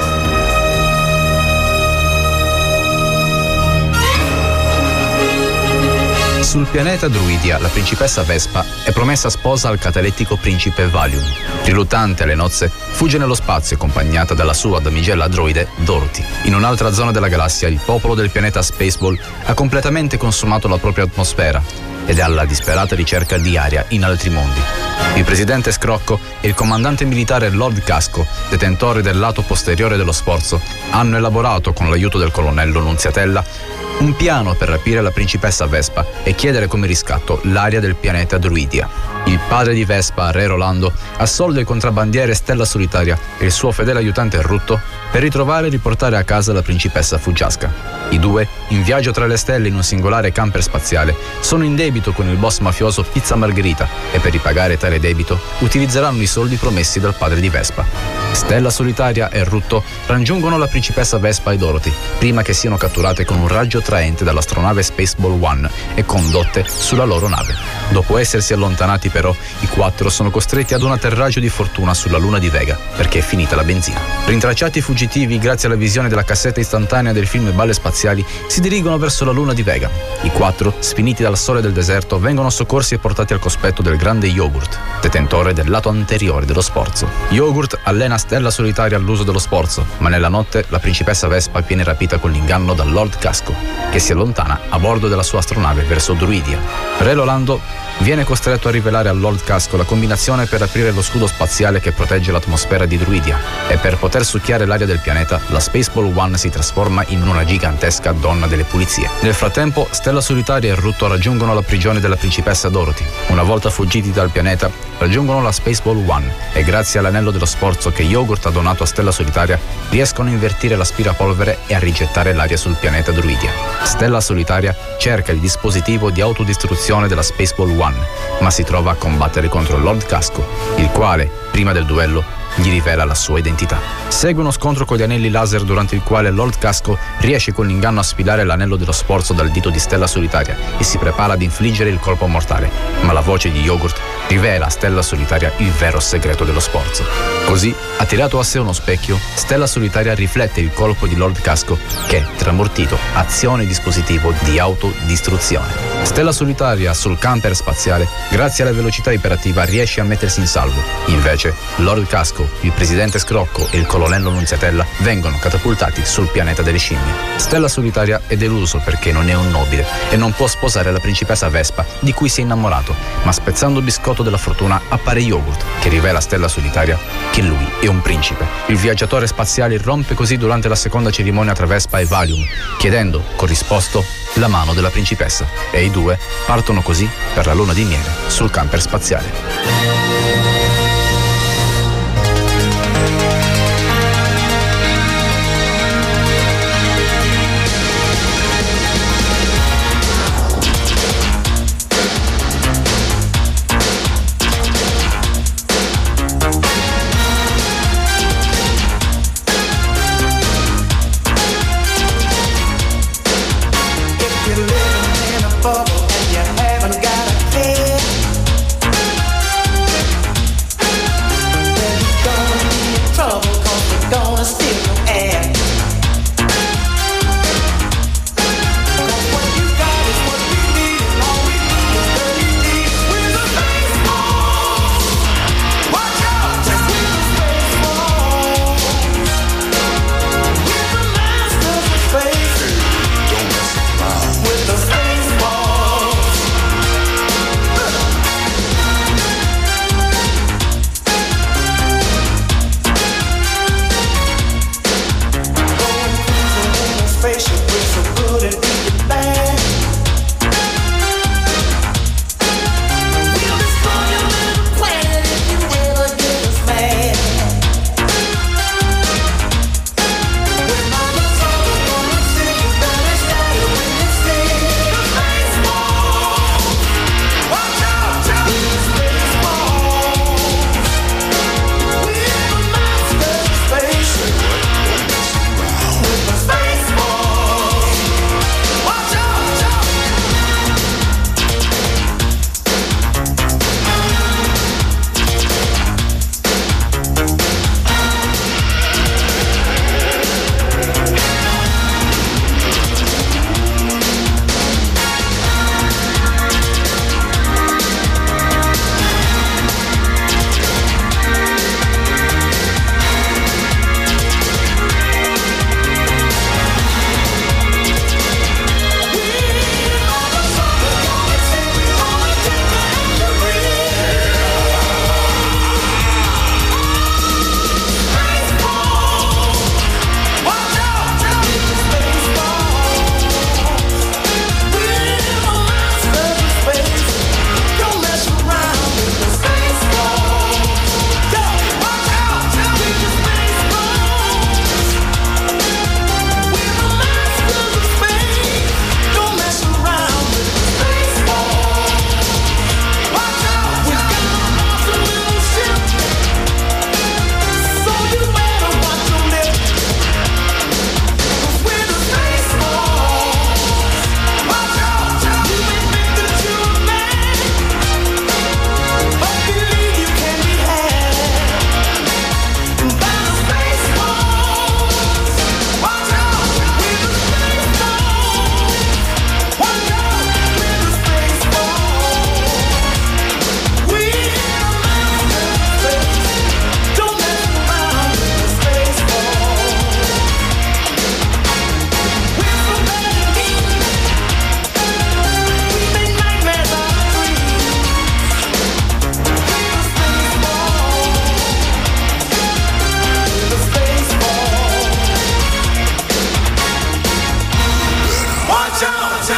H: Sul pianeta Druidia, la principessa Vespa è promessa sposa al catalettico principe Valium. Riluttante alle nozze, fugge nello spazio accompagnata dalla sua damigella droide Dorothy. In un'altra zona della galassia, il popolo del pianeta Spaceball ha completamente consumato la propria atmosfera ed è alla disperata ricerca di aria in altri mondi. Il presidente Scrocco e il comandante militare Lord Casco, detentore del lato posteriore dello sforzo, hanno elaborato con l'aiuto del colonnello Nunziatella un piano per rapire la principessa Vespa e chiedere come riscatto l'aria del pianeta Druidia. Il padre di Vespa, Re Rolando, assolve il contrabbandiere Stella Solitaria e il suo fedele aiutante Rutto per ritrovare e riportare a casa la principessa Fuggiasca. I due, in viaggio tra le stelle in un singolare camper spaziale, sono in debito con il boss mafioso Pizza Margherita e per ripagare tale debito utilizzeranno i soldi promessi dal padre di Vespa. Stella Solitaria e Rutto raggiungono la principessa Vespa e Dorothy prima che siano catturate con un raggio traente dall'astronave Spaceball One e condotte sulla loro nave. Dopo essersi allontanati però, i quattro sono costretti ad un atterraggio di fortuna sulla luna di Vega perché è finita la benzina. Rintracciati fuggitivi grazie alla visione della cassetta istantanea del film Balle Spaziali, si dirigono verso la luna di Vega. I quattro, sfiniti dal sole del deserto, vengono soccorsi e portati al cospetto del grande Yogurt, detentore del lato anteriore dello sforzo. Yogurt allena Stella Solitaria all'uso dello sforzo, ma nella notte la principessa Vespa viene rapita con l'inganno da Lord Casco, che si allontana a bordo della sua astronave verso Druidia. Re Rolando viene costretto a rivelare a Lord Casco la combinazione per aprire lo scudo spaziale che protegge l'atmosfera di Druidia, e per poter succhiare l'aria del pianeta, la Spaceball One si trasforma in una gigantesca donna delle pulizie. Nel frattempo, Stella Solitaria e Rutto raggiungono la prigione della principessa Dorothy. Una volta fuggiti dal pianeta, raggiungono la Spaceball One e grazie all'anello dello sforzo che Yogurt ha donato a Stella Solitaria, riescono a invertire l'aspirapolvere e a rigettare l'aria sul pianeta Druidia. Stella Solitaria cerca il dispositivo di autodistruzione della Spaceball One, ma si trova a combattere contro Lord Casco, il quale, prima del duello, gli rivela la sua identità. Segue uno scontro con gli anelli laser durante il quale Lord Casco riesce con l'inganno a sfilare l'anello dello sforzo dal dito di Stella Solitaria e si prepara ad infliggere il colpo mortale, ma la voce di Yogurt rivela a Stella Solitaria il vero segreto dello sforzo. Così, attirato a sé uno specchio, Stella Solitaria riflette il colpo di Lord Casco che, tramortito, aziona il dispositivo di autodistruzione. Stella Solitaria sul camper spaziale, grazie alla velocità iperativa, riesce a mettersi in salvo. Invece, Lord Casco, il presidente Scrocco e il colonnello Nunziatella vengono catapultati sul pianeta delle scimmie. Stella Solitaria è deluso perché non è un nobile e non può sposare la principessa Vespa di cui si è innamorato, ma spezzando il biscotto della fortuna appare Yogurt che rivela a Stella Solitaria che lui è un principe. Il viaggiatore spaziale irrompe così durante la seconda cerimonia tra Vespa e Valium, chiedendo, corrisposto, la mano della principessa, e i due partono così per la luna di miele sul camper spaziale.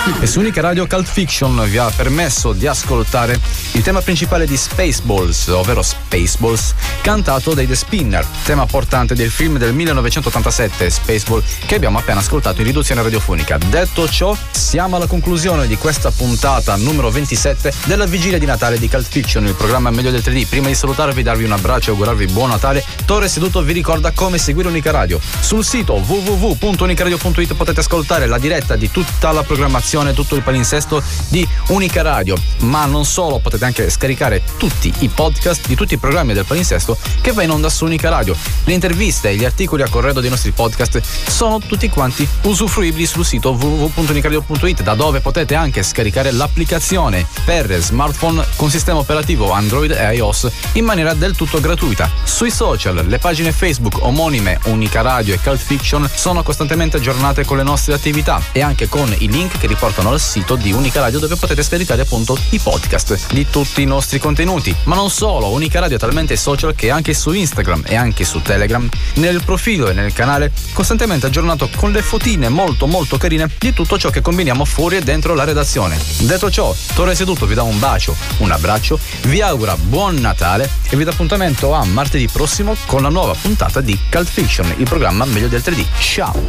H: E su Unica Radio Cult Fiction vi ha permesso di ascoltare il tema principale di Spaceballs, ovvero Spaceballs, cantato dai The Spinner, tema portante del film del millenovecentottantasette Spaceball che abbiamo appena ascoltato in riduzione radiofonica. Detto ciò, siamo alla conclusione di questa puntata numero ventisette della vigilia di Natale di Cult Fiction, il programma meglio del tre D. Prima di salutarvi, darvi un abbraccio e augurarvi buon Natale, Torre Seduto vi ricorda come seguire Unica Radio. Sul sito w w w punto unicaradio punto it potete ascoltare la diretta di tutta la programmazione, tutto il palinsesto di Unica Radio, ma non solo, potete anche scaricare tutti i podcast di tutti i programmi del palinsesto che va in onda su Unica Radio. Le interviste e gli articoli a corredo dei nostri podcast sono tutti quanti usufruibili sul sito w w w punto unicaradio punto it, da dove potete anche scaricare l'applicazione per smartphone con sistema operativo Android e iOS in maniera del tutto gratuita. Sui social, le pagine Facebook omonime Unica Radio e Cult Fiction sono costantemente aggiornate con le nostre attività e anche con i link che riportano al sito di Unica Radio, dove potete scaricare appunto i podcast di tutti i nostri contenuti. Ma non solo, Unica Radio è talmente social che anche su Instagram e anche su Telegram, nel profilo e nel canale, costantemente aggiornato con le fotine molto molto carine di tutto ciò che combiniamo fuori e dentro la redazione. Detto ciò, Torre Seduto vi dà un bacio, un abbraccio, vi augura buon Natale e vi dà appuntamento a martedì prossimo con la nuova puntata di Cult Fiction, il programma meglio del tre D. Ciao!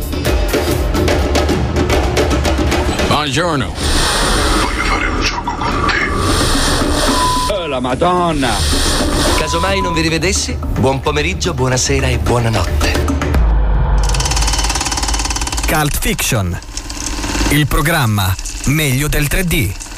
E: Buongiorno.
F: Voglio fare un gioco con te.
E: Oh, la Madonna!
M: Casomai non vi rivedessi, buon pomeriggio, buonasera e buonanotte.
G: Cult Fiction, il programma meglio del tre D.